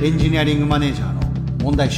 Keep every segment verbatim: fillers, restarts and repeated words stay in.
エンジニアリングマネージャーの問題集。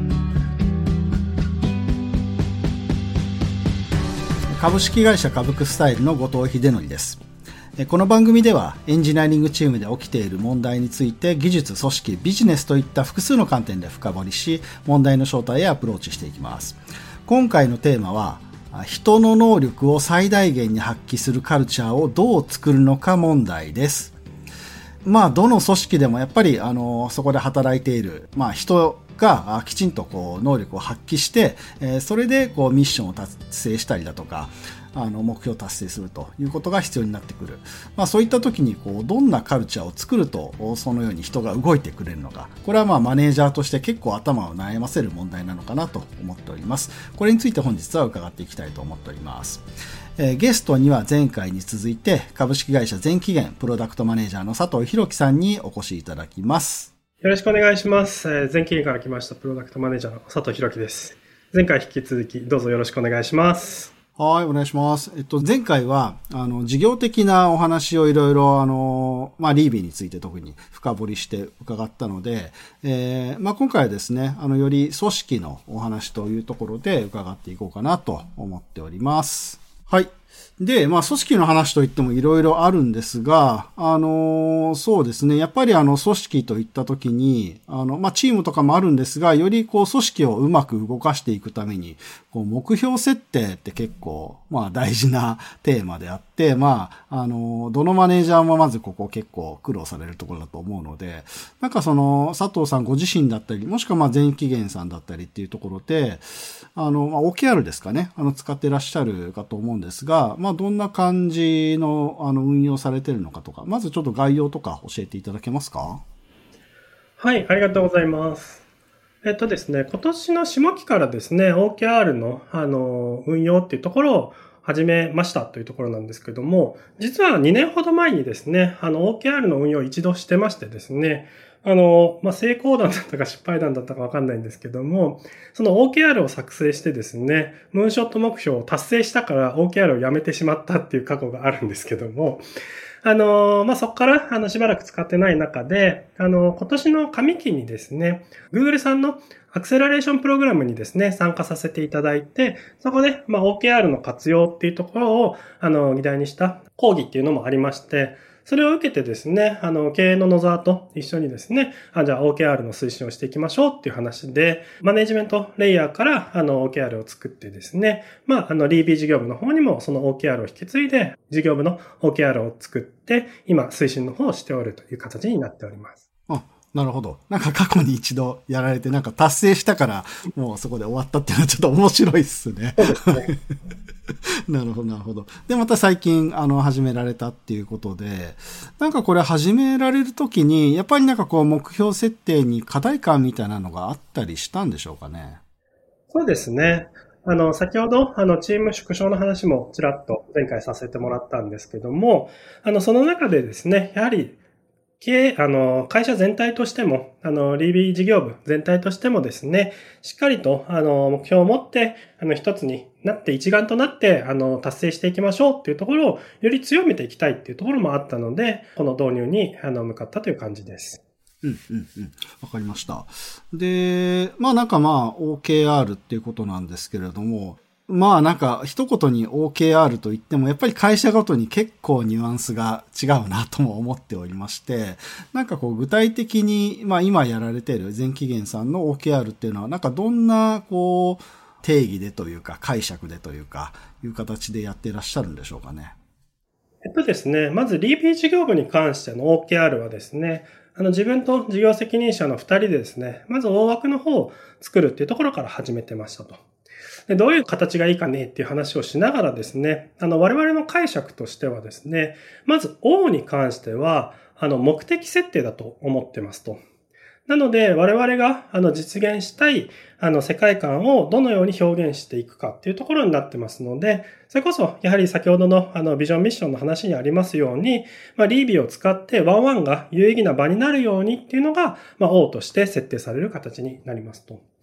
株式会社株クスタイルの後藤秀則です。この番組ではエンジニアリングチームで起きている問題について技術、組織、ビジネスといった複数の観点で深掘りし、問題の正体へアプローチしていきます。今回のテーマは、人の能力を最大限に発揮するカルチャーをどう作るのか問題です。まあ、どの組織でもやっぱり、あの、そこで働いている、まあ、人がきちんとこう能力を発揮して、それでこうミッションを達成したりだとか、あの目標を達成するということが必要になってくる。まあ、そういった時にこうどんなカルチャーを作るとそのように人が動いてくれるのか、これはまあマネージャーとして結構頭を悩ませる問題なのかなと思っております。これについて本日は伺っていきたいと思っております。えー、ゲストには前回に続いて株式会社全期限プロダクトマネージャーの佐藤弘樹さんにお越しいただきます。 よろしくお願いします。えー、全期限から来ましたプロダクトマネージャーの佐藤弘樹です。前回引き続きどうぞよろしくお願いします。 はい、お願いします。えっと、前回は、あの、事業的なお話をいろいろ、あの、まあ、リービーについて特に深掘りして伺ったので、えー、まあ、今回はですね、あの、より組織のお話というところで伺っていこうかなと思っております。はい。で、まあ、組織の話といってもいろいろあるんですが、あのー、そうですね。やっぱりあの、組織といったときに、あの、まあ、チームとかもあるんですが、よりこう、組織をうまく動かしていくために、こう、目標設定って結構、まあ、大事なテーマであって、まあ、あのー、どのマネージャーもまずここ結構苦労されるところだと思うので、なんかその、佐藤さんご自身だったり、もしくはまあ、全期限さんだったりっていうところで、あの、まあ、オーケーアール ですかね。あの、使ってらっしゃるかと思うんですが、まあ、どんな感じの、あの、運用されているのかとか、まずちょっと概要とか教えていただけますか？ はい、ありがとうございます。えっとですね、今年の下期からですね、オーケーアール の、あの、運用っていうところを始めましたというところなんですけども、実はにねんほど前にですね、あの、オーケーアール の運用を一度してましてですね、あの、まあ、成功談だったか失敗談だったかわかんないんですけども、その オーケーアール を作成してですね、ムーンショット目標を達成したから オーケーアール をやめてしまったっていう過去があるんですけども、あの、まあ、そこから、あの、しばらく使ってない中で、あの、今年の上期にですね、Google さんのアクセラレーションプログラムにですね、参加させていただいて、そこで、まあ、オーケーアール の活用っていうところを、あの、議題にした講義っていうのもありまして、それを受けてですね、あの、経営の野沢と一緒にですね、あ、じゃあ オーケーアール の推進をしていきましょうっていう話で、マネジメントレイヤーから、あの、オーケーアール を作ってですね、まあ、あの、リービー 事業部の方にもその オーケーアール を引き継いで、事業部の オーケーアール を作って、今、推進の方をしておるという形になっております。 あ、なるほど。なんか過去に一度やられて、なんか達成したから、もうそこで終わったっていうのはちょっと面白いっすね。 そうですね。 なるほど、なるほど。で、また最近、あの、始められたっていうことで、なんかこれ始められるときに、やっぱりなんかこう、目標設定に課題感みたいなのがあったりしたんでしょうかね。 そうですね。あの、先ほど、あの、チーム縮小の話もちらっと前回させてもらったんですけども、あの、その中でですね、やはり、経営、あの、会社全体としても、あの、リービー 事業部全体としてもですね、しっかりと、あの、目標を持って、あの、一つになって、一丸となって、あの、達成していきましょうっていうところを、より強めていきたいっていうところもあったので、この導入に、あの、向かったという感じです。 うんうんうん。わかりました。で、まあなんかまあ オーケーアール っていうことなんですけれども、まあなんか一言に オーケーアール と言ってもやっぱり会社ごとに結構ニュアンスが違うなとも思っておりまして、なんかこう具体的にまあ今やられている全期限さんの オーケーアール っていうのはなんかどんなこう定義でというか解釈でというかいう形でやっていらっしゃるんでしょうかね。 えっとですね、まず リービー 事業部に関しての オーケーアール はですね、あの自分と事業責任者のふたりでですね、まず大枠の方を作るっていうところから始めてましたと。で、どういう形がいいかねっていう話をしながらですね、あの我々の解釈としてはですね、まず O に関しては、あの目的設定だと思ってますと。なので、我々があの実現したいあの世界観をどのように表現していくかっていうところになってますので、それこそやはり先ほどのあのビジョンミッションの話にありますように、まあ、リービーを使ってワンワンが有意義な場になるようにっていうのが、まあ、O として設定される形になりますと。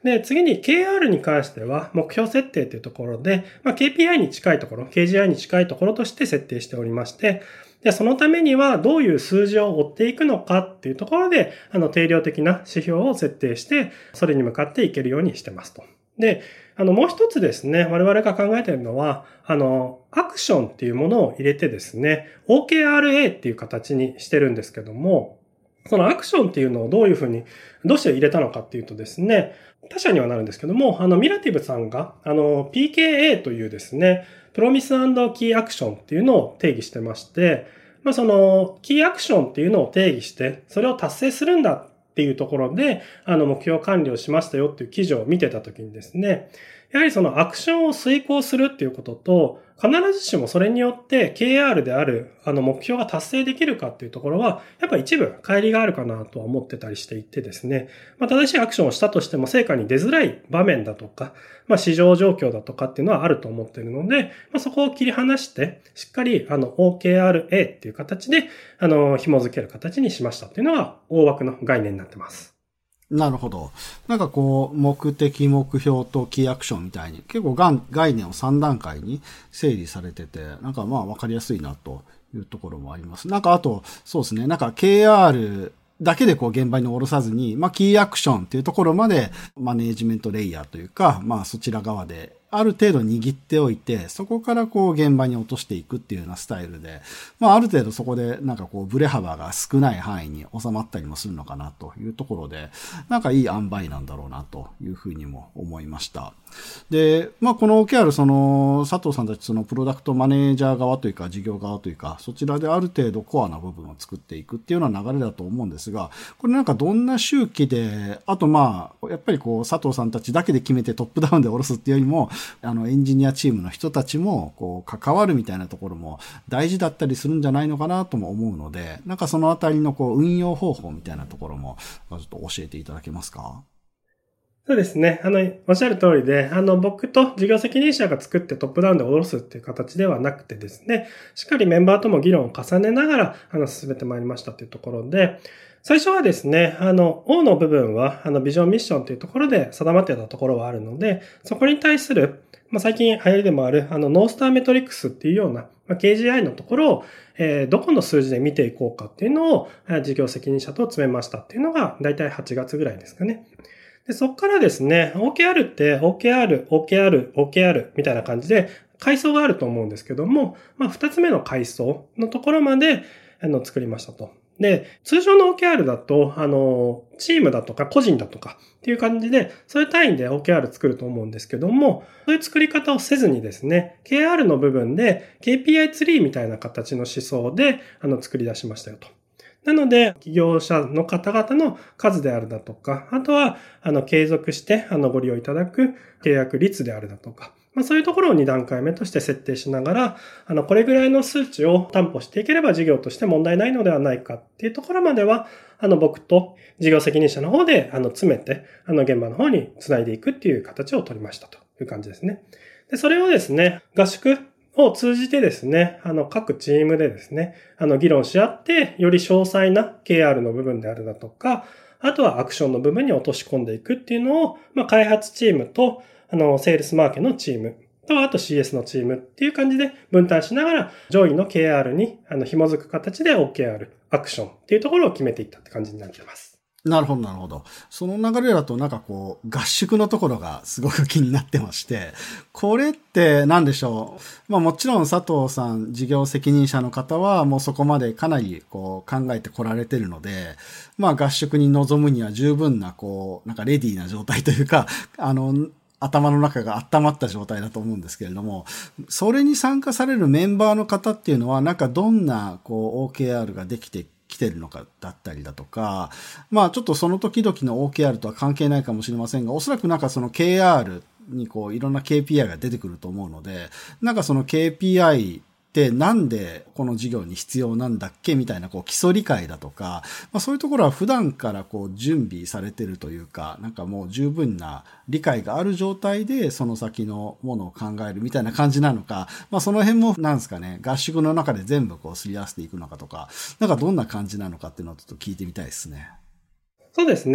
で、次に ケーアール に関しては目標設定というところで、まあ、ケーピーアイ に近いところ、ケージーアイ に近いところとして設定しておりまして、で、そのためにはどういう数字を追っていくのかっていうところで、あの、定量的な指標を設定して、それに向かっていけるようにしてますと。で、あの、もう一つですね、我々が考えているのは、あの、アクションっていうものを入れてですね、オーケーアールエー っていう形にしてるんですけども、そのアクションっていうのをどういうふうに、どうして入れたのかっていうとですね、他社にはなるんですけども、あの、ミラティブさんが、あの、ピーケーエー というですね、プロミス&キーアクションっていうのを定義してまして、まあ、その、キーアクションっていうのを定義して、それを達成するんだっていうところで、あの、目標完了しましたよっていう記事を見てたときにですね、やはりそのアクションを遂行するっていうことと、必ずしもそれによって ケーアール であるあの目標が達成できるかっていうところは、やっぱ一部乖離があるかなとは思ってたりしていてですね、まあ、正しいアクションをしたとしても成果に出づらい場面だとか、まあ、市場状況だとかっていうのはあると思っているので、まあ、そこを切り離して、しっかりあの オーケーアールエー っていう形で、あの、紐付ける形にしましたっていうのが大枠の概念になってます。 なるほど。なんかこう、目的、目標とキーアクションみたいに、結構概念をさん段階に整理されてて、なんかまあ分かりやすいなというところもあります。なんかあと、そうですね、なんか ケーアール だけでこう現場に下ろさずに、まあキーアクションっていうところまでマネージメントレイヤーというか、まあそちら側である程度握っておいて、そこからこう現場に落としていくっていうようなスタイルで、まあある程度そこでなんかこうブレ幅が少ない範囲に収まったりもするのかなというところで、なんかいい塩梅なんだろうなというふうにも思いました。で、まあこの オーケーアール、その佐藤さんたちそのプロダクトマネージャー側というか事業側というか、そちらである程度コアな部分を作っていくっていうような流れだと思うんですが、これなんかどんな周期で、あとまあ、やっぱりこう佐藤さんたちだけで決めてトップダウンで下ろすっていうよりも、あのエンジニアチームの人たちもこう関わるみたいなところも大事だったりするんじゃないのかなとも思うので、なんかそのあたりのこう運用方法みたいなところもちょっと教えていただけますか？ そうですね。あの、おっしゃる通りで、あの、僕と事業責任者が作ってトップダウンで下ろすっていう形ではなくてですね、しっかりメンバーとも議論を重ねながら、あの、進めてまいりましたというところで、最初はですね、あの、O の部分は、あの、ビジョンミッションというところで定まっていたところはあるので、そこに対する、まあ、最近流行りでもある、あの、ノースターメトリックスっていうような、まあ、ケージーアイ のところを、えー、どこの数字で見ていこうかっていうのを、事業責任者と詰めましたっていうのが、だいたいはちがつぐらいですかね。で、そこからですね、オーケーアール って オーケーアール、オーケーアール、オーケーアール みたいな感じで階層があると思うんですけども、まあ、二つ目の階層のところまで、あの、作りましたと。で、通常の オーケーアール だと、あの、チームだとか個人だとかっていう感じで、そういう単位で オーケーアール 作ると思うんですけども、そういう作り方をせずにですね、ケーアール の部分で ケーピーアイ ツリーみたいな形の思想で、あの、作り出しましたよと。なので、企業者の方々の数であるだとか、あとは、あの、継続して、あの、ご利用いただく契約率であるだとか、まあそういうところをに段階目として設定しながら、あの、これぐらいの数値を担保していければ事業として問題ないのではないかっていうところまでは、あの、僕と事業責任者の方で、あの、詰めて、あの、現場の方につないでいくっていう形を取りましたという感じですね。で、それをですね、合宿を通じてですね、あの、各チームでですね、あの、議論し合って、より詳細な ケーアール の部分であるだとか、あとはアクションの部分に落とし込んでいくっていうのを、まあ、開発チームと、あの、セールスマーケのチームと、あと シーエス のチームっていう感じで分担しながら、上位の ケーアール に、あの、紐づく形で オーケーアール、アクションっていうところを決めていったって感じになっています。 なるほど、なるほど。その流れだとなんかこう、合宿のところがすごく気になってまして、これって何でしょう。まあもちろん佐藤さん、事業責任者の方はもうそこまでかなりこう考えてこられてるので、まあ合宿に臨むには十分なこう、なんかレディーな状態というか、あの、頭の中が温まった状態だと思うんですけれども、それに参加されるメンバーの方っていうのは、なんかどんなこう オーケーアール ができて来てるのかだったりだとか、まあちょっとその時々の オーケーアール とは関係ないかもしれませんが、おそらくなんかその ケーアール にこういろんな ケーピーアイ が出てくると思うので、なんかその ケーピーアイ ってなんでこの事業に必要なんだっけみたいなこう基礎理解だとか、まあそういうところは普段からこう準備されてるというか、なんかもう十分な理解がある状態でその先のものを考えるみたいな感じなのか、まあその辺もなんですかね、合宿の中で全部こうすり合わせていくのかとか、なんかどんな感じなのかっていうのをちょっと聞いてみたいですね。 そうですね。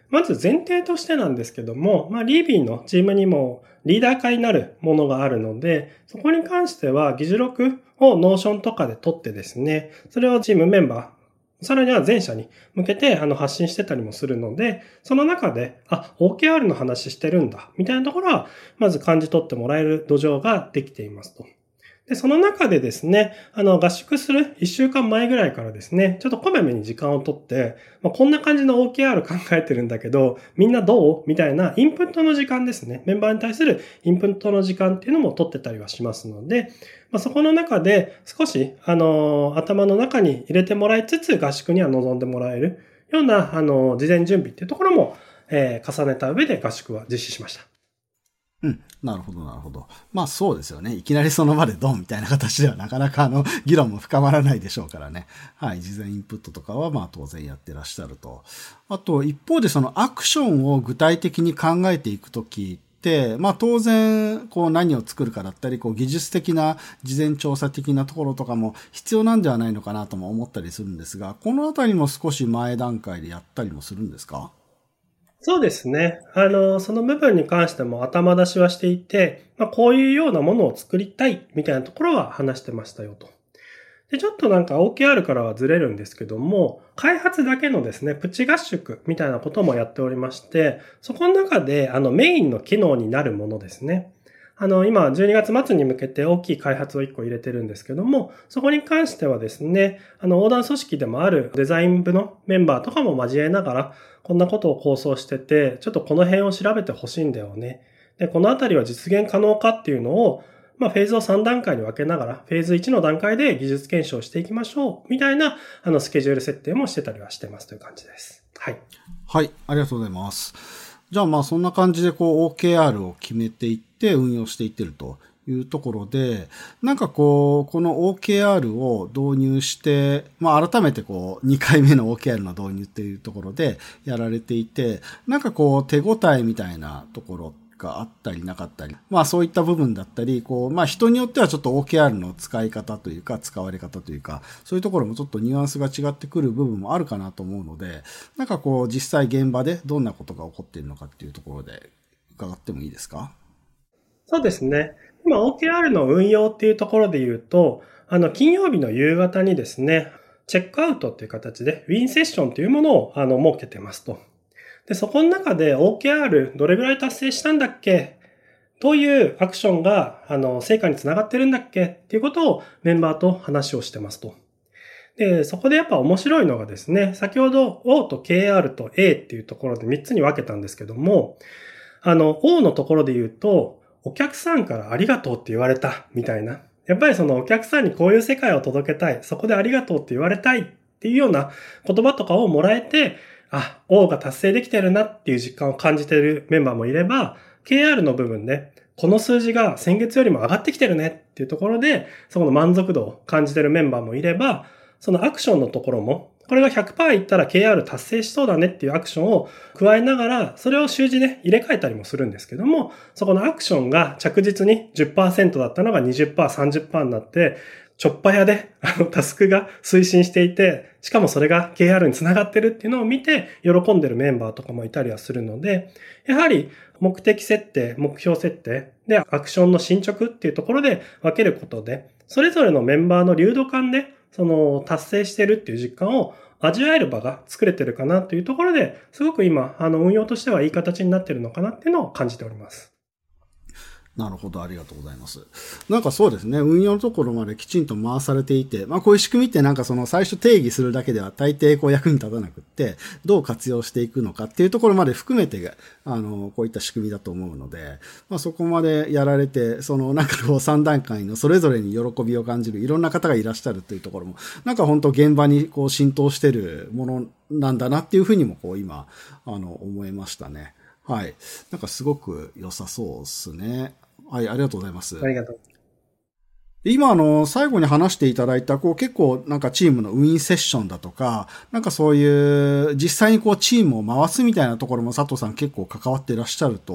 まず前提としてなんですけども、まあ、リービーのチームにもリーダー化になるものがあるので、そこに関しては議事録をノーションとかで取ってですね、それをチームメンバー、さらには全社に向けてあの発信してたりもするので、その中で、あ、オーケーアール の話してるんだ、みたいなところは、まず感じ取ってもらえる土壌ができていますと。で、その中でですね、あの、合宿するいっしゅうかんまえぐらいからですね、ちょっとこまめに時間をとって、まあ、こんな感じの オーケーアール 考えてるんだけど、みんなどうみたいなインプットの時間ですね。メンバーに対するインプットの時間っていうのも取ってたりはしますので、まあ、そこの中で少し、あの、頭の中に入れてもらいつつ合宿には臨んでもらえるような、あの、事前準備っていうところも、えー、重ねた上で合宿は実施しました。 うん。なるほど、なるほど。まあそうですよね。いきなりその場でドンみたいな形ではなかなかあの、議論も深まらないでしょうからね。はい。事前インプットとかはまあ当然やってらっしゃると。あと、一方でそのアクションを具体的に考えていくときって、まあ当然、こう何を作るかだったり、こう技術的な事前調査的なところとかも必要なんではないのかなとも思ったりするんですが、このあたりも少し前段階でやったりもするんですか？ そうですね。あの、その部分に関しても頭出しはしていて、まあ、こういうようなものを作りたいみたいなところは話してましたよと。で、ちょっとなんか オーケーアール からはずれるんですけども、開発だけのですね、プチ合宿みたいなこともやっておりまして、そこの中であのメインの機能になるものですね。あの、今、じゅうにがつ末に向けて大きい開発をいっこ入れてるんですけども、そこに関してはですね、あの、横断組織でもあるデザイン部のメンバーとかも交えながら、こんなことを構想してて、ちょっとこの辺を調べてほしいんだよね。で、このあたりは実現可能かっていうのを、まあ、フェーズをさん段階に分けながら、フェーズいちの段階で技術検証していきましょう、みたいな、あの、スケジュール設定もしてたりはしてますという感じです。はい。 はい、ありがとうございます。じゃあまあそんな感じでこう オーケーアール を決めていって運用していってるというところで、なんかこう、この オーケーアール を導入して、まあ改めてこうにかいめの オーケーアール の導入っていうところでやられていて、なんかこう手応えみたいなところがあったりなかったり、まあそういった部分だったり、こう、まあ人によってはちょっと オーケーアール の使い方というか、使われ方というか、そういうところもちょっとニュアンスが違ってくる部分もあるかなと思うので、なんかこう実際現場でどんなことが起こっているのかっていうところで伺ってもいいですか？ そうですね。今 オーケーアール の運用っていうところで言うと、あの、金曜日の夕方にですね、チェックアウトっていう形で、ウィンセッションというものを、あの、設けてますと。で、そこの中で オーケーアール どれぐらい達成したんだっけ？どういうアクションが、あの、成果につながってるんだっけっていうことをメンバーと話をしてますと。で、そこでやっぱ面白いのがですね、先ほど O と ケーアール と A っていうところでみっつに分けたんですけども、あの、O のところで言うと、お客さんからありがとうって言われたみたいな。やっぱりそのお客さんにこういう世界を届けたい。そこでありがとうって言われたいっていうような言葉とかをもらえて、あ、O が達成できてるなっていう実感を感じているメンバーもいれば、ケーアール の部分で、この数字が先月よりも上がってきてるねっていうところで、そこの満足度を感じているメンバーもいれば、そのアクションのところも、これが ひゃくパーセント いったら ケーアール 達成しそうだねっていうアクションを加えながら、それを習字で入れ替えたりもするんですけども、そこのアクションが着実に じゅっパーセント だったのが にじゅっパーセント、さんじゅっパーセント になって、ちょっぱやで、あの、タスクが推進していて、しかもそれが ケーアール につながってるっていうのを見て、喜んでるメンバーとかもいたりはするので、やはり目的設定、目標設定でアクションの進捗っていうところで分けることで、それぞれのメンバーの流動感で、その達成してるっていう実感を味わえる場が作れてるかなというところで、すごく今、あの、運用としてはいい形になってるのかなっていうのを感じております。 なるほど、ありがとうございます。なんかそうですね、運用のところまできちんと回されていて、まあこういう仕組みってなんかその最初定義するだけでは大抵こう役に立たなくって、どう活用していくのかっていうところまで含めて、あの、こういった仕組みだと思うので、まあそこまでやられて、そのなんかこうさん段階のそれぞれに喜びを感じるいろんな方がいらっしゃるというところも、なんか本当現場にこう浸透してるものなんだなっていうふうにもこう今、あの、思いましたね。はい。なんかすごく良さそうですね。はい、ありがとうございます。 ありがとう。 今、あの、最後に話していただいた、こう、結構、なんかチームのウィンセッションだとか、なんかそういう、実際にこう、チームを回すみたいなところも佐藤さん結構関わっていらっしゃると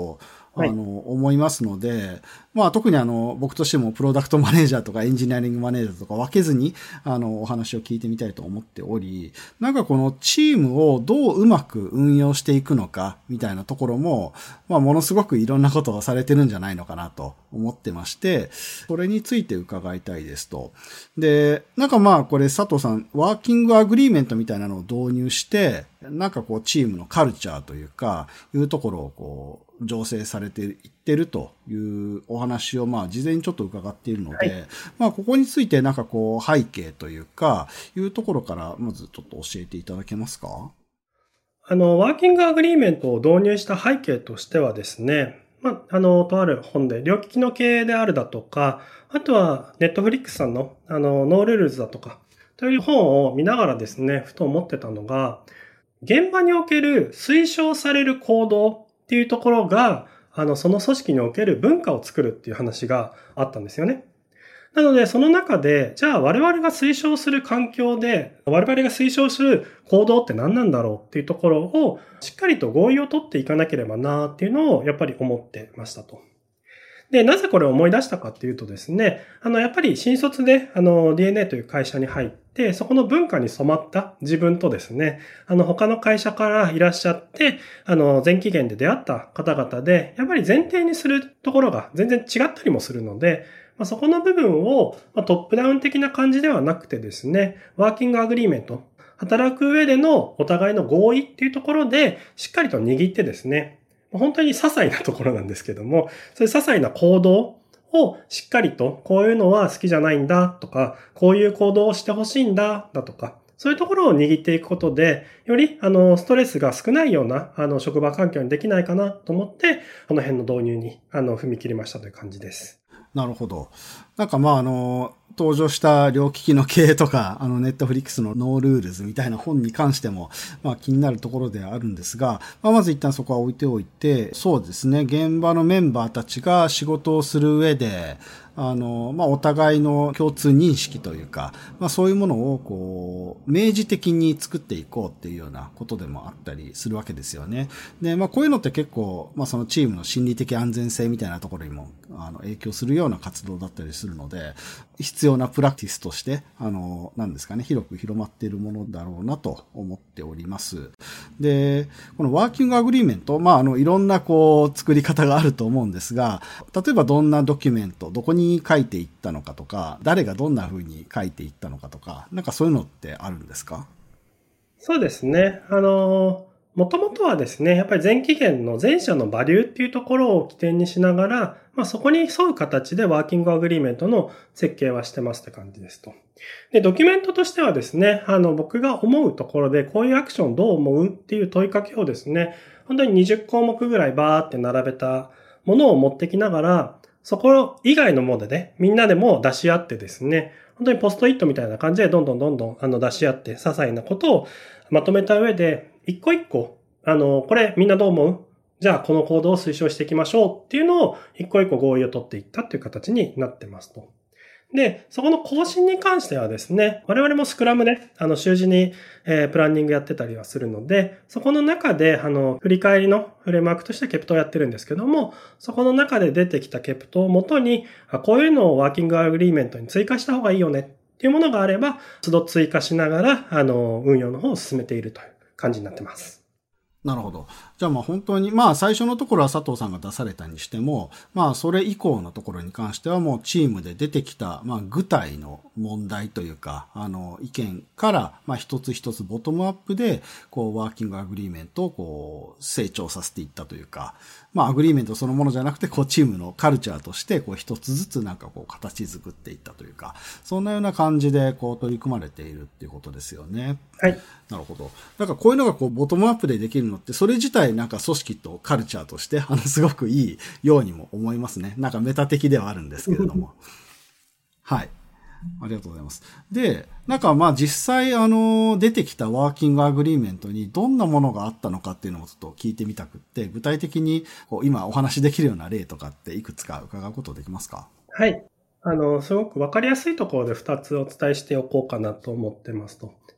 あの、思いますので、まあ特にあの、僕としてもプロダクトマネージャーとかエンジニアリングマネージャーとか分けずに、あの、お話を聞いてみたいと思っており、なんかこのチームをどううまく運用していくのか、みたいなところも、まあものすごくいろんなことをされてるんじゃないのかなと思ってまして、それについて伺いたいですと。で、なんかまあこれ佐藤さん、ワーキングアグリーメントみたいなのを導入して、なんかこうチームのカルチャーというか、いうところをこう、醸成されていってるというお話をまあ事前にちょっと伺っているので、はい、まあここについてなんかこう背景というか、いうところからまずちょっと教えていただけますか？ あの、ワーキングアグリーメントを導入した背景としてはですね、まあ、あの、とある本で、両利きの経営であるだとか、あとは、ネットフリックスさんの、あの、ノールールズだとか、という本を見ながらですね、ふと思ってたのが、現場における推奨される行動っていうところが、あの、その組織における文化を作るっていう話があったんですよね。なので、その中で、じゃあ我々が推奨する環境で、我々が推奨する行動って何なんだろうっていうところを、しっかりと合意を取っていかなければなっていうのを、やっぱり思ってましたと。で、なぜこれを思い出したかっていうとですね、あの、やっぱり新卒で、あの、ディーエヌエー という会社に入って、そこの文化に染まった自分とですね、あの、他の会社からいらっしゃって、あの、前期限で出会った方々で、やっぱり前提にするところが全然違ったりもするので、まあ、そこの部分を、まあ、トップダウン的な感じではなくてですね、ワーキングアグリーメント、働く上でのお互いの合意っていうところで、しっかりと握ってですね、本当に些細なところなんですけども、そういう些細な行動をしっかりと、こういうのは好きじゃないんだとか、こういう行動をしてほしいんだだとか、そういうところを握っていくことで、より、あの、ストレスが少ないような、あの、職場環境にできないかなと思って、この辺の導入に、あの、踏み切りましたという感じです。 なるほど。なんかまああの、登場した両利きの経営とか、あの、ネットフリックスのノールールズみたいな本に関しても、まあ気になるところではあるんですが、まあまず一旦そこは置いておいて、そうですね、現場のメンバーたちが仕事をする上で、あの、まあ、お互いの共通認識というか、まあ、そういうものを、こう、明示的に作っていこうっていうようなことでもあったりするわけですよね。で、まあ、こういうのって結構、まあ、そのチームの心理的安全性みたいなところにも、あの、影響するような活動だったりするので、必要なプラクティスとして、あの、なんですかね、広く広まっているものだろうなと思っております。で、このワーキングアグリーメント、まあ、あの、いろんな、こう、作り方があると思うんですが、例えばどんなドキュメント、どこに書いていったのかとか、誰がどんな風に書いていったのかとか、なんかそういうのってあるんですか？ そうですね。あの、もともとはですね、やっぱり前期限の前者のバリューっていうところを起点にしながら、まあそこに沿う形でワーキングアグリーメントの設計はしてますって感じですと。で、ドキュメントとしてはですね、あの、僕が思うところで、こういうアクションどう思うっていう問いかけをですね、本当ににじゅっこうもくぐらいバーって並べたものを持ってきながら、そこ以外のものでね、みんなでも出し合ってですね、本当にポストイットみたいな感じでどんどんどんどんあの出し合って、些細なことをまとめた上で、一個一個、あの、これみんなどう思う？じゃあこの行動を推奨していきましょうっていうのを一個一個合意を取っていったっていう形になってますと。で、そこの更新に関してはですね、我々もスクラムで、あの、習字に、えー、プランニングやってたりはするので、そこの中で、あの、振り返りのフレームワークとしてケプトをやってるんですけども、そこの中で出てきたケプトをもとに、こういうのをワーキングアグリーメントに追加した方がいいよねっていうものがあれば、都度追加しながら、あの、運用の方を進めているという感じになってます。 なるほど。じゃあまあ本当に、まあ最初のところは佐藤さんが出されたにしても、まあそれ以降のところに関してはもうチームで出てきた、まあ具体の問題というか、あの意見から、まあ一つ一つボトムアップで、こうワーキングアグリーメントをこう成長させていったというか、まあアグリーメントそのものじゃなくて、こうチームのカルチャーとして、こう一つずつなんかこう形作っていったというか、そんなような感じでこう取り組まれているっていうことですよね。 はい。 なるほど。だからこういうのがこうボトムアップでできるのって、それ自体なんか組織とカルチャーとして、あの、すごくいいようにも思いますね。なんかメタ的ではあるんですけれども。はい。ありがとうございます。で、なんかまあ実際あの、出てきたワーキングアグリーメントにどんなものがあったのかっていうのをちょっと聞いてみたくって、具体的にこう今お話できるような例とかっていくつか伺うことできますか？ はい。あの、すごくわかりやすいところでふたつお伝えしておこうかなと思ってますと。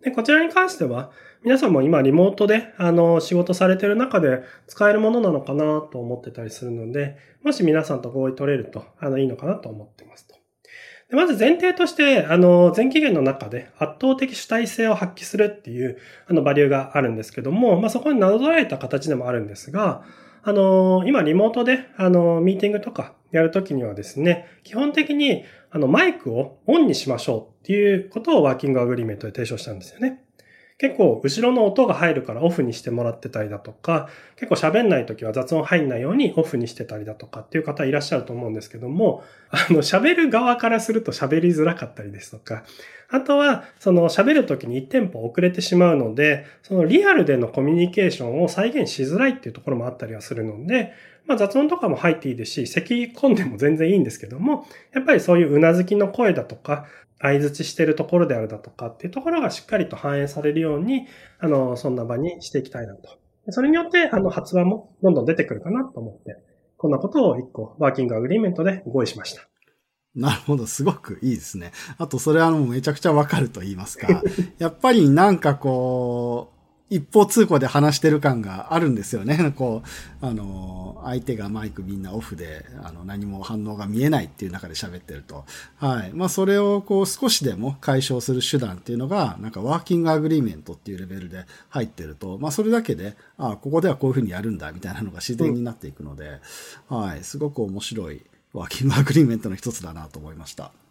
で、こちらに関しては、皆さんも今リモートで、あの、仕事されてる中で使えるものなのかなと思ってたりするので、もし皆さんと合意取れると、あの、いいのかなと思ってますと。でまず前提として、あの、前期限の中で圧倒的主体性を発揮するっていう、あの、バリューがあるんですけども、まあ、そこになぞらえた形でもあるんですが、あの、今リモートで、あの、ミーティングとかやるときにはですね、基本的に、あの、マイクをオンにしましょうっていうことをワーキングアグリーメントで提唱したんですよね。結構、後ろの音が入るからオフにしてもらってたりだとか、結構喋んないときは雑音入んないようにオフにしてたりだとかっていう方いらっしゃると思うんですけども、あの、喋る側からすると喋りづらかったりですとか、あとは、その喋るときにいちテンポ遅れてしまうので、そのリアルでのコミュニケーションを再現しづらいっていうところもあったりはするので、まあ雑音とかも入っていいですし、咳込んでも全然いいんですけども、やっぱりそういううなずきの声だとか、相づちしてるところであるだとかっていうところがしっかりと反映されるように、あの、そんな場にしていきたいなと。それによって、あの、発話もどんどん出てくるかなと思って、こんなことを一個、ワーキングアグリーメントで合意しました。 なるほど。すごくいいですね。あと、それはもうめちゃくちゃわかると言いますか。やっぱりなんかこう、一方通行で話してる感があるんですよね。こう、あの、相手がマイクみんなオフで、あの、何も反応が見えないっていう中で喋ってると。はい。まあ、それをこう、少しでも解消する手段っていうのが、なんかワーキングアグリーメントっていうレベルで入ってると、まあ、それだけで、ああ、ここではこういうふうにやるんだ、みたいなのが自然になっていくので、うん、はい。すごく面白いワーキングアグリーメントの一つだなと思いました。 はい。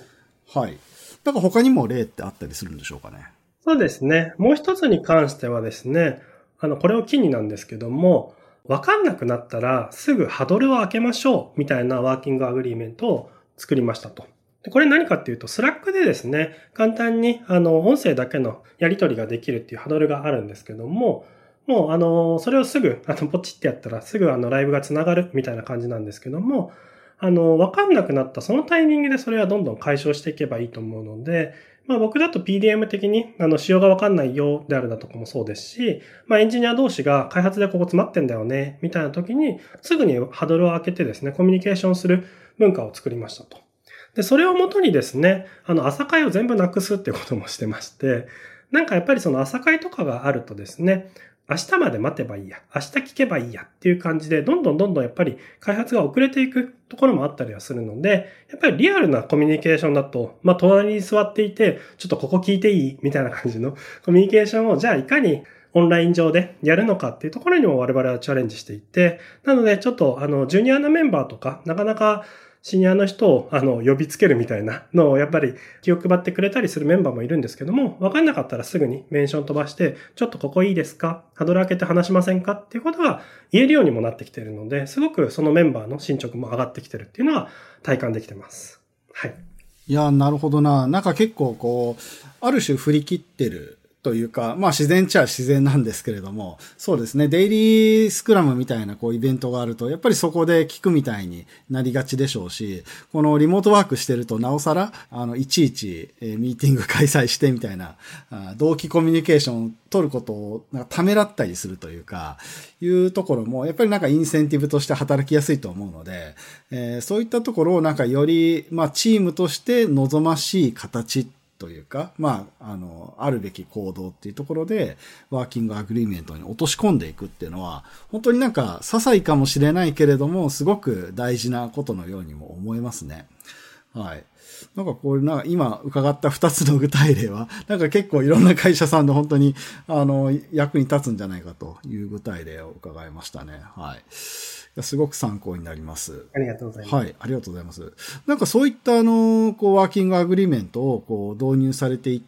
はい。なんか他にも例ってあったりするんでしょうかね。 そうですね。もう一つに関してはですね、あの、これを機になんですけども、わかんなくなったらすぐハドルを開けましょうみたいなワーキングアグリーメントを作りましたと。でこれ何かっていうと、スラックでですね、簡単にあの、音声だけのやり取りができるっていうハドルがあるんですけども、もうあの、それをすぐ、あの、ポチってやったらすぐあの、ライブがつながるみたいな感じなんですけども、あの、わかんなくなったそのタイミングでそれはどんどん解消していけばいいと思うので、まあ僕だと ピーディーエム 的に、あの、仕様がわかんないよであるだとかもそうですし、まあエンジニア同士が開発でここ詰まってんだよね、みたいな時に、すぐにハードルを開けてですね、コミュニケーションする文化を作りましたと。で、それをもとにですね、あの、朝会を全部なくすってこともしてまして、なんかやっぱりその朝会とかがあるとですね、明日まで待てばいいや、明日聞けばいいやっていう感じで、どんどんどんどんやっぱり開発が遅れていくところもあったりはするので、やっぱりリアルなコミュニケーションだと、まあ隣に座っていて、ちょっとここ聞いていいみたいな感じのコミュニケーションを、じゃあいかにオンライン上でやるのかっていうところにも我々はチャレンジしていて、なのでちょっとあの、ジュニアなメンバーとか、なかなかシニアの人をあの呼びつけるみたいなのをやっぱり気を配ってくれたりするメンバーもいるんですけども、わかんなかったらすぐにメンション飛ばして、ちょっとここいいですか？ハードル開けて話しませんか？っていうことが言えるようにもなってきているので、すごくそのメンバーの進捗も上がってきてるっていうのは体感できてます。はい。 いや、なるほどな。なんか結構こう、ある種振り切ってるというか、まあ自然っちゃ自然なんですけれども、そうですね、デイリースクラムみたいなこうイベントがあると、やっぱりそこで聞くみたいになりがちでしょうし、このリモートワークしてるとなおさら、あの、いちいちミーティング開催してみたいな、同期コミュニケーションを取ることをなんかためらったりするというか、いうところも、やっぱりなんかインセンティブとして働きやすいと思うので、えー、そういったところをなんかより、まあチームとして望ましい形というか、まあ、あの、あるべき行動っていうところで、ワーキングアグリーメントに落とし込んでいくっていうのは、本当になんか、些細かもしれないけれども、すごく大事なことのようにも思えますね。はい。なんかこれな、今伺った二つの具体例は、なんか結構いろんな会社さんで本当に、あの、役に立つんじゃないかという具体例を伺いましたね。はい。すごく参考になります。 ありがとうございます。 はい、ありがとうございます。なんかそういったあの、こう、ワーキングアグリーメントをこう導入されていって、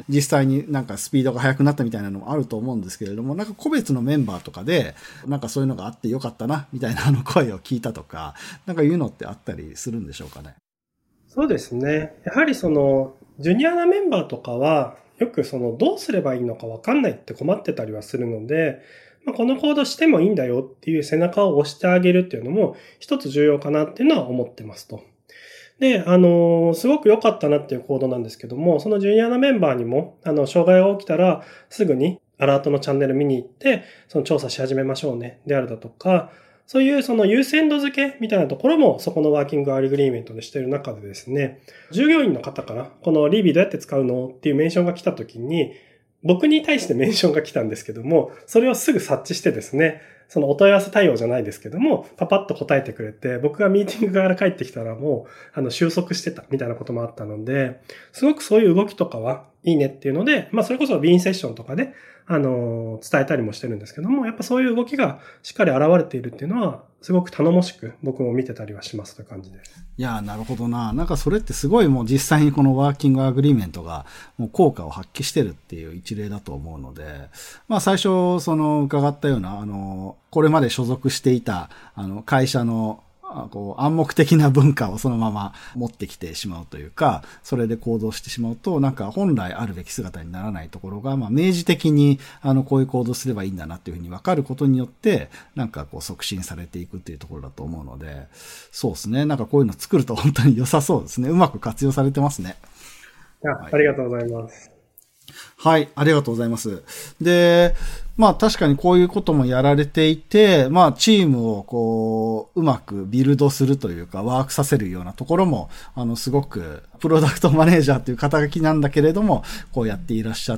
実際になんかスピードが速くなったみたいなのもあると思うんですけれども、なんか個別のメンバーとかで、なんかそういうのがあってよかったな、みたいなあの声を聞いたとか、なんかいうのってあったりするんでしょうかね。 そうですね。やはりその、ジュニアなメンバーとかは、よくその、どうすればいいのかわかんないって困ってたりはするので、まあ、この行動してもいいんだよっていう背中を押してあげるっていうのも一つ重要かなっていうのは思ってますと。で、あの、すごく良かったなっていう行動なんですけども、そのジュニアなメンバーにも、あの、障害が起きたらすぐにアラートのチャンネル見に行って、その調査し始めましょうね、であるだとか、そういうその優先度付けみたいなところもそこのワーキングアグリーメントでしている中でですね、従業員の方からこのリービーどうやって使うのっていうメンションが来た時に、 僕に対してメンションが来たんですけども、それをすぐ察知してですね、そのお問い合わせ対応じゃないですけども、パパッと答えてくれて、僕がミーティングから帰ってきたらもう、あの、収束してたみたいなこともあったので、すごくそういう動きとかはいいねっていうので、まあそれこそウィーンセッションとかで、あの、伝えたりもしてるんですけども、やっぱそういう動きがしっかり現れているっていうのは、すごく頼もしく僕も見てたりはしますという感じです。 いやー、なるほどな。なんかそれってすごいもう実際にこのワーキングアグリーメントがもう効果を発揮してるっていう一例だと思うので、まあ最初その伺ったような、あの、これまで所属していたあの会社のこう暗黙的な文化をそのまま持ってきてしまうというか、それで行動してしまうと、なんか本来あるべき姿にならないところが、まあ明示的にあのこういう行動すればいいんだなっていうふうに分かることによって、なんかこう促進されていくっていうところだと思うので、そうですね。なんかこういうの作ると本当に良さそうですね。うまく活用されてますね。 あ、はい、ありがとうございます。 はい、ありがとうございます。で、まあ確かにこういうこともやられていて、まあチームをこう、うまくビルドするというか、ワークさせるようなところも、あの、すごく、プロダクトマネージャーという肩書きなんだけれども、こうやっていらっしゃって、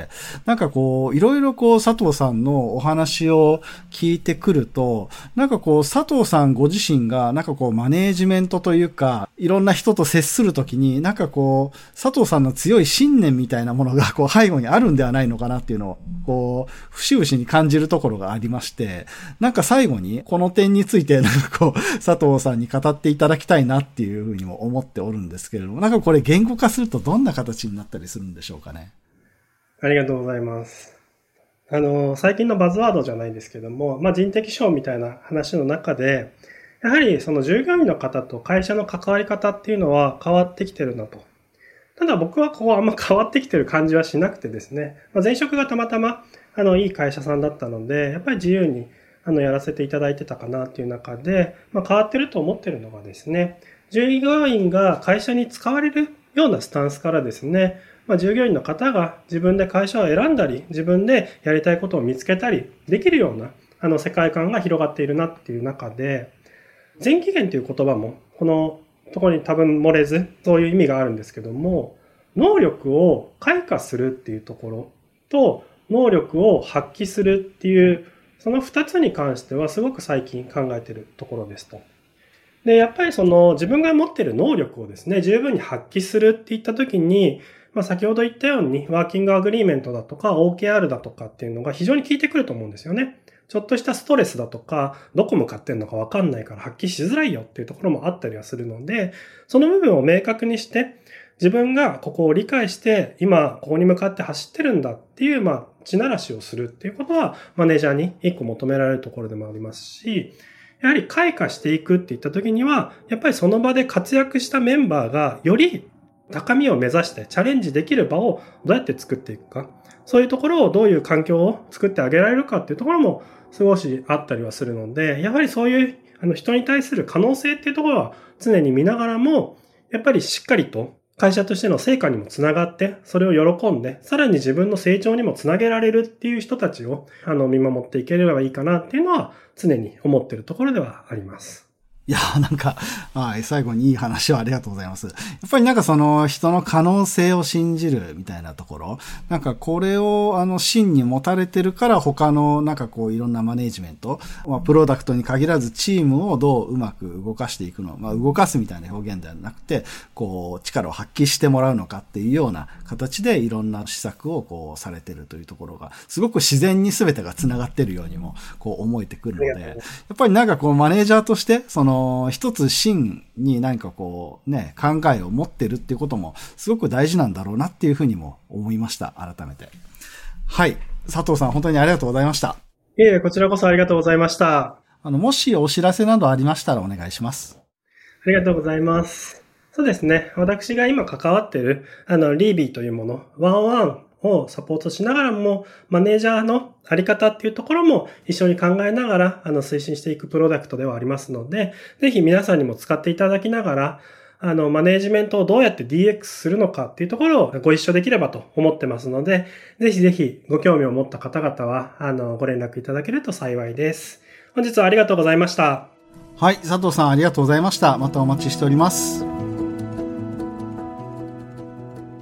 なんかこう、いろいろこう、佐藤さんのお話を聞いてくると、なんかこう、佐藤さんご自身が、なんかこう、マネージメントというか、いろんな人と接するときに、なんかこう、佐藤さんの強い信念みたいなものが、こう、背後にあるんではないのかなっていうのを、こう、節々に感じるところがありまして、なんか最後にこの点についてなんかこう佐藤さんに語っていただきたいなっていうふうにも思っておるんですけれども、なんかこれ言語化するとどんな形になったりするんでしょうかね。 ありがとうございます。あの、最近のバズワードじゃないですけども、まあ、人的資本みたいな話の中で、やはりその従業員の方と会社の関わり方っていうのは変わってきてるなと。ただ僕はこうあんま変わってきてる感じはしなくてですね、まあ、前職がたまたまあの、いい会社さんだったので、やっぱり自由に、あの、やらせていただいてたかなっていう中で、まあ、変わってると思ってるのがですね、従業員が会社に使われるようなスタンスからですね、まあ、従業員の方が自分で会社を選んだり、自分でやりたいことを見つけたりできるような、あの、世界観が広がっているなっていう中で、全期限という言葉も、このところに多分漏れず、そういう意味があるんですけども、能力を開花するっていうところと、能力を発揮するっていう、その二つに関してはすごく最近考えているところですと。で、やっぱりその自分が持っている能力をですね、十分に発揮するっていったときに、まあ先ほど言ったようにワーキングアグリーメントだとか オーケーアール だとかっていうのが非常に効いてくると思うんですよね。ちょっとしたストレスだとか、どこ向かってんのかわかんないから発揮しづらいよっていうところもあったりはするので、その部分を明確にして、自分がここを理解して、今ここに向かって走ってるんだっていう、まあ、地ならしをするっていうことは、マネージャーに一個求められるところでもありますし、やはり開花していくっていった時には、やっぱりその場で活躍したメンバーがより高みを目指してチャレンジできる場をどうやって作っていくか、そういうところをどういう環境を作ってあげられるかっていうところも少しあったりはするので、やはりそういうあの人に対する可能性っていうところは常に見ながらも、やっぱりしっかりと会社としての成果にもつながって、それを喜んで、さらに自分の成長にもつなげられるっていう人たちを、あの、見守っていければいいかなっていうのは、常に思っているところではあります。 いや、なんか、はい、最後にいい話をありがとうございます。やっぱりなんかその人の可能性を信じるみたいなところ、なんかこれをあの真に持たれてるから他のなんかこういろんなマネージメント、まあプロダクトに限らずチームをどううまく動かしていくの、まあ動かすみたいな表現ではなくて、こう力を発揮してもらうのかっていうような形でいろんな施策をこうされてるというところが、すごく自然に全てが繋がってるようにもこう思えてくるので、やっぱりなんかこうマネージャーとして、その一つ真に何かこうね、考えを持ってるっていうこともすごく大事なんだろうなっていうふうにも思いました。改めて。はい。佐藤さん本当にありがとうございました。 いえいえ、こちらこそありがとうございました。 あの、もしお知らせなどありましたらお願いします。 ありがとうございます。そうですね。私が今関わっている、あの、リービーというもの、ワンオンワンをサポートしながらも、マネージャーのあり方っていうところも一緒に考えながら、あの、推進していくプロダクトではありますので、ぜひ皆さんにも使っていただきながら、あの、マネージメントをどうやって ディーエックス するのかっていうところをご一緒できればと思ってますので、ぜひぜひご興味を持った方々は、あの、ご連絡いただけると幸いです。本日はありがとうございました。 はい、佐藤さんありがとうございました。またお待ちしております。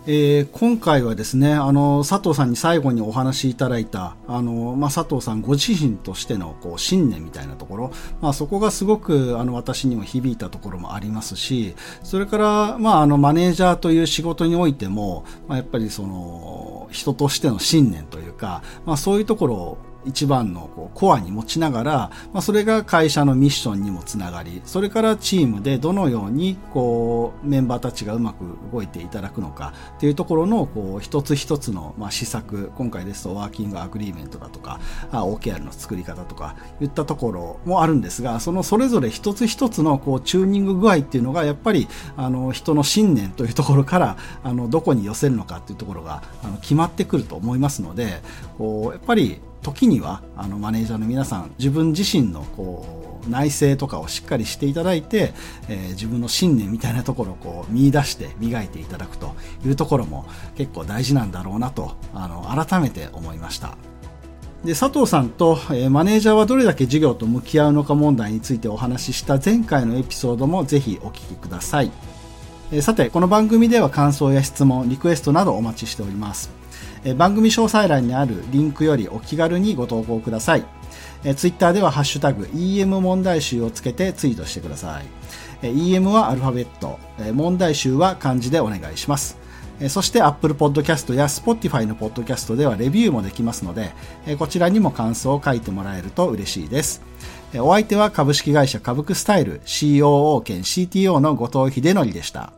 えー、今回はですね、あの、佐藤さんに最後にお話しいただいた、あの、まあ、佐藤さんご自身としての、こう、信念みたいなところ、まあ、そこがすごく、あの、私にも響いたところもありますし、それから、まあ、あの、マネージャーという仕事においても、まあ、やっぱりその、人としての信念というか、まあ、そういうところを、一番のこうコアに持ちながら、まあ、それが会社のミッションにもつながり、それからチームでどのようにこうメンバーたちがうまく動いていただくのかっていうところのこう一つ一つのまあ施策、今回ですとワーキングアグリーメントだとか オーケーアール の作り方とかいったところもあるんですが、そのそれぞれ一つ一つのこうチューニング具合っていうのがやっぱりあの人の信念というところからあのどこに寄せるのかっていうところがあの決まってくると思いますので、こうやっぱり時にはあのマネージャーの皆さん自分自身のこう内省とかをしっかりしていただいて、えー、自分の信念みたいなところをこう見出して磨いていただくというところも結構大事なんだろうなとあの改めて思いました。で佐藤さんと、えー、マネージャーはどれだけ事業と向き合うのか問題についてお話しした前回のエピソードもぜひお聞きください。えー、さてこの番組では感想や質問、リクエストなどお待ちしております。番組詳細欄にあるリンクよりお気軽にご投稿ください。ツイッターではハッシュタグ イーエム 問題集をつけてツイートしてください。イーエム はアルファベット、問題集は漢字でお願いします。そして Apple Podcast や Spotify の Podcast ではレビューもできますので、こちらにも感想を書いてもらえると嬉しいです。お相手は株式会社株クスタイル シーオーオー 兼 シーティーオー の後藤秀則でした。